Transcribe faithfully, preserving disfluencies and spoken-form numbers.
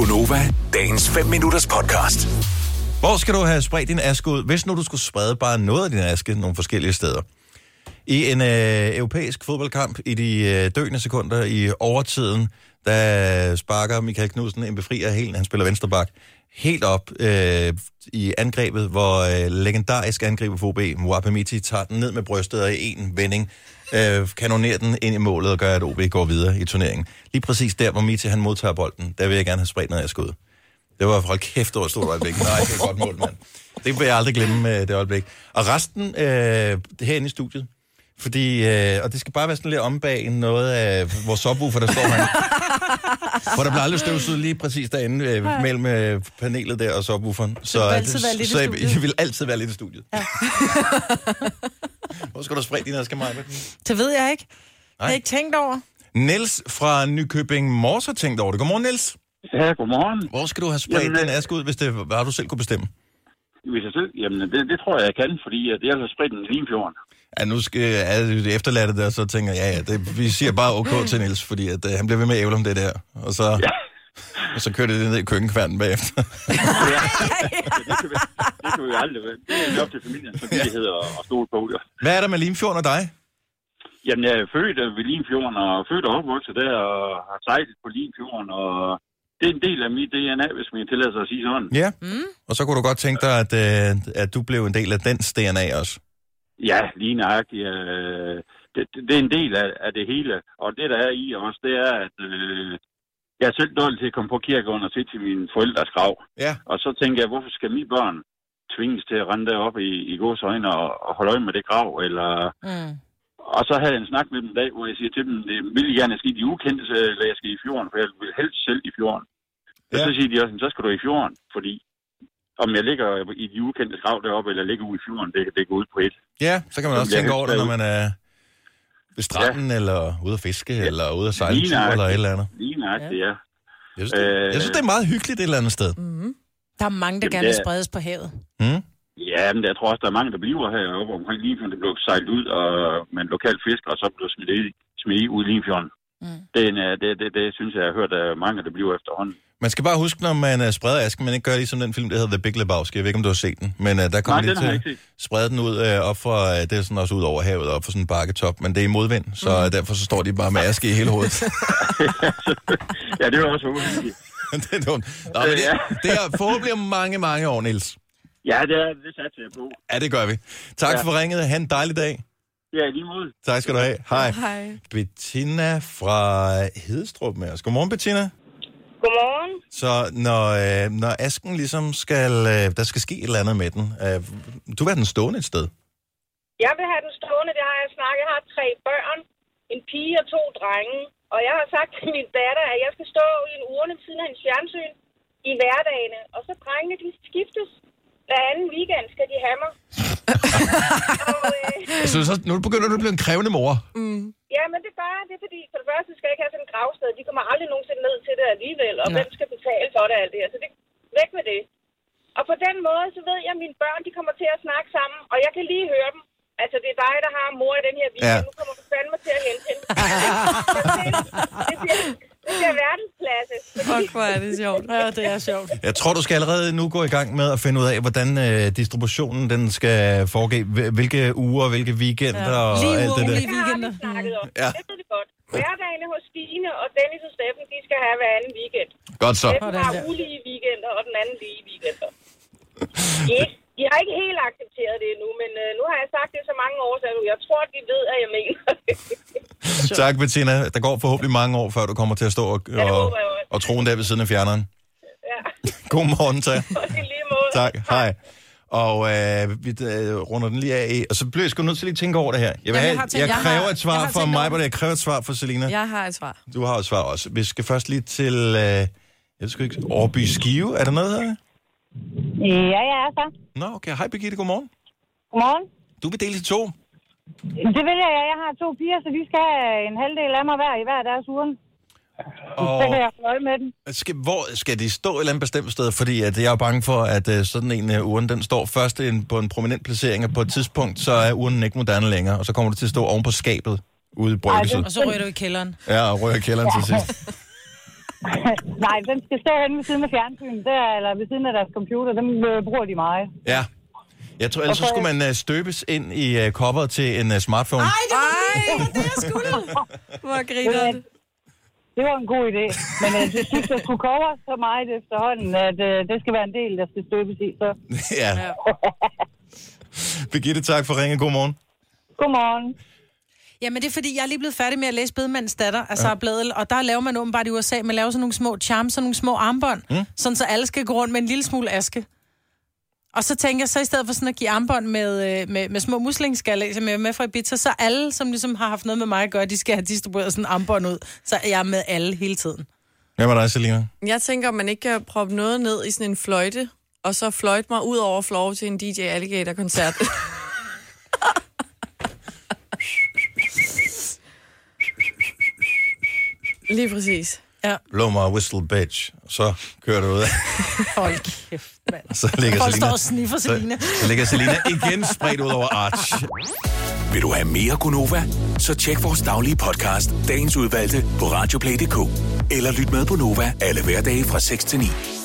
Gonova, dagens fem minutters podcast. Hvor skal du have spredt din aske ud, hvis nu du skulle sprede bare noget af din aske nogle forskellige steder? I en øh, europæisk fodboldkamp i de øh, døende sekunder i overtiden, der sparker Michael Knudsen en befrier helt, han spiller venstreback, helt op øh, i angrebet, hvor øh, legendarisk angriber for O B, Mwaba Miti, tager den ned med brystet og i en vending øh, kanonerer den ind i målet og gør, at O B går videre i turneringen. Lige præcis der, hvor Miti han modtager bolden, der vil jeg gerne have spredt noget aske ud. Det var hold kæft over et stort øjeblik. Nej, det er et godt mål, mand. Det vil jeg aldrig glemme, det øjeblik. Og resten øh, herinde i studiet, fordi, øh, og det skal bare være sådan lidt om bag noget af vores subwoofer, der står her. For der bliver aldrig støvsuget lige præcis derinde øh, mellem øh, panelet der og subwooferen. Så, så, altid være lidt så i jeg, studiet. jeg vil altid være lidt i studiet. Ja. Hvor skal du sprede din aske, Maja? Det ved jeg ikke. Jeg har ikke tænkt over. Niels fra Nykøbing Mors har tænkt over det. Godmorgen, Niels. Ja, godmorgen. Hvor skal du have spredt Jamen, den aske ud, hvis det var, du selv kunne bestemme? Hvis jeg selv, jamen, det, det tror jeg, jeg kan, fordi at jeg har spredt den i Limfjorden. Ja, nu skal jeg det efterlatte der, så tænker jeg, ja, ja, det, vi siger bare ok til Niels, fordi at, uh, han bliver ved med at ævle om det der, og så, ja. og så kører det ned i køkkenkværnen bagefter. Ja, det, kan vi, det kan vi jo aldrig være. Det er op til familiens familiehed og, og stole på det. Hvad er der med Limfjorden og dig? Jamen, jeg er født ved Limfjorden og født og opvokset der og har sejlet på Limfjorden, og det er en del af mit D N A, hvis man tillader sig at sige sådan. Ja, mm. og så kunne du godt tænke dig, at, uh, at du blev en del af dens D N A også. Ja, lige nøjagtigt. Det, det, det er en del af, af det hele, og det der er i os, det er, at øh, jeg er selv dårlig til at komme på kirkegården og se til mine forældres grav. Ja. Og så tænker jeg, hvorfor skal mine børn tvinges til at rende deroppe i, i gås øjne og, og holde øje med det grav, eller... Mm. Og så havde jeg en snak med dem en dag, hvor jeg siger til dem, det vil jeg gerne ske de ukendte, eller jeg skal i fjorden, for jeg vil helst selv i fjorden. Ja. Og så siger de også, så skal du i fjorden, fordi om jeg ligger i de ukendte grav deroppe, eller ligger ude i fjorden, det, det går ud på et. Ja, så kan man så også tænke over det, når man er ved stranden, ja. eller ude at fiske, ja. eller ude at sejle tur, eller et eller andet. Lige nøjagtigt, ja. Jeg synes, det, jeg synes, det er meget hyggeligt et eller andet sted. Mm-hmm. Der er mange, der Jamen, gerne vil det er... spredes på havet. Mm? Ja, men jeg tror også, der er mange, der bliver heroppe omkring Limfjorden. Det blev sejlet ud og med en lokal fisker, og så blev smidt i, smidt i ud i Limfjorden. Mm. Det, det, det, det synes jeg, jeg har hørt, at mange, der bliver efterhånden. Man skal bare huske, når man uh, spreder asken, man ikke gør ligesom den film, der hedder The Big Lebowski. Jeg ved ikke, om du har set den, men uh, der kommer lige til at sprede den ud uh, op fra, uh, det er sådan også ud over havet, op for sådan en bakketop, men det er i modvind, så mm. uh, derfor så står de bare med aske i hele hovedet. Ja, det er også uhyggeligt. det er dumt. Nå, men det, det er forhåbentlig om mange, mange år, Niels. Ja, det er det satser jeg på. Ja, det gør vi. Tak ja. for ringet. Ha' en dejlig dag. Ja, lige måde. Tak skal du have. Hej. Hej. Bettina fra Hedestrup med os. Godmorgen, Bettina. Godmorgen. Så når, øh, når asken ligesom skal, øh, der skal ske et eller andet med den, øh, du vil have den stående et sted? Jeg vil have den stående, det har jeg snakket. Jeg har tre børn, en pige og to drenge. Og jeg har sagt til min datter, at jeg skal stå i en urne ved siden af en fjernsyn i hverdagene. Og så drengene, de skiftes. Hver anden weekend skal de have mig. og, øh... Så, så nu begynder du at blive en krævende mor. Mm. Ja, men det er bare, det er fordi, for det første skal jeg ikke have sådan en gravsted. De kommer aldrig nogensinde ned til det alligevel. Og Nå. hvem skal betale for det alt det her? Så det væk med det. Og på den måde, så ved jeg, at mine børn, de kommer til at snakke sammen. Og jeg kan lige høre dem. Altså, det er dig, der har mor i den her weekend. Ja. Nu kommer du fandme til at hente hende. det bliver... Det bliver verdensklasse. Fuck, hvor er det sjovt. Ja, det er sjovt. Jeg tror, du skal allerede nu gå i gang med at finde ud af, hvordan øh, distributionen den skal foregå. Hvilke uger, hvilke weekender ja. og lige alt det der. Det har vi snakket om. Ja. Det ved vi godt. Hverdagene hos Stine og Dennis og Steffen, de skal have hver anden weekend. Godt så. Steffen har ulige weekender, og den anden lige weekender. Yes. De har ikke helt accepteret det endnu, men øh, nu har jeg sagt det så mange år, så jeg tror, at de ved, at jeg mener det. Tak, Bettina. Der går forhåbentlig mange år, før du kommer til at stå og, ja, og, og troen der ved siden af fjerneren. Ja. God morgen, tak. Tak, hej. Og øh, vi øh, runder den lige af, og så bliver jeg sgu nødt til lige at tænke over det her. Jeg, vil have, jeg, tænkt, jeg, jeg kræver har, et svar for mig, men jeg kræver et svar for Selina. Jeg har et svar. Du har et svar også. Vi skal først lige til, øh, jeg ved ikke, Årby Skive. Er der noget her? Ja, jeg er så. Nå, okay. Hej Birgitte, godmorgen. Godmorgen. Du vil dele til to? Det vil jeg, ja. Jeg har to piger, så de skal have en halvdel af mig hver i hver deres ugen. Og så kan jeg holde med den. Skal, hvor skal de stå et eller andet bestemt sted? Fordi at jeg er bange for, at uh, sådan en uh, urne, den står først en, på en prominent placering, og på et tidspunkt, så er urnen ikke moderne længere, og så kommer du til at stå oven på skabet ude i bryggelset. Og så ryger du i kælderen. Ja, og ryger i kælderen til sidst. Nej, den skal stå henne ved siden af fjernsynet, der, eller ved siden af deres computer. Dem øh, bruger de meget. Ja. Jeg tror, ellers så skulle man uh, støbes ind i uh, kopperet til en uh, smartphone. Ej, det var det, det jeg skulle. Hvor griner det. Det var en god idé. Men uh, jeg synes, der skulle cover så meget efterhånden, at uh, det skal være en del, der skal støbes i. Så. Ja. Birgitte, tak for ringen. God morgen. Godmorgen. Jamen, det er fordi, jeg er lige blevet færdig med at læse Bedemandens datter, altså ja. Bladet, og der laver man åbenbart i U S A, man laver sådan nogle små charms, sådan nogle små armbånd, mm. sådan så alle skal gå rundt med en lille smule aske. Og så tænker jeg, så i stedet for sådan at give armbånd med, med, med små muslingeskalle, som jeg er med fra Ibiza, så alle, som ligesom har haft noget med mig at gøre, de skal have distribueret sådan en armbånd ud. Så jeg er med alle hele tiden. Hvad var dig, Selina? Jeg tænker, om man ikke kan proppe noget ned i sådan en fløjte, og så fløjte mig ud over floor til en D J Alligator-koncert. Lige præcis. Ja. Blow my whistle, bitch. Så kører du ud af. Hold kæft, mand. Så ligger Folk Selina, står og sniffer Selina. Så, så ligger Selina igen spredt ud over Arch. Vil du have mere Gunova? Så tjek vores daglige podcast, dagens udvalgte, på radioplay punktum d k. Eller lyt med på Nova alle hverdage fra seks til ni.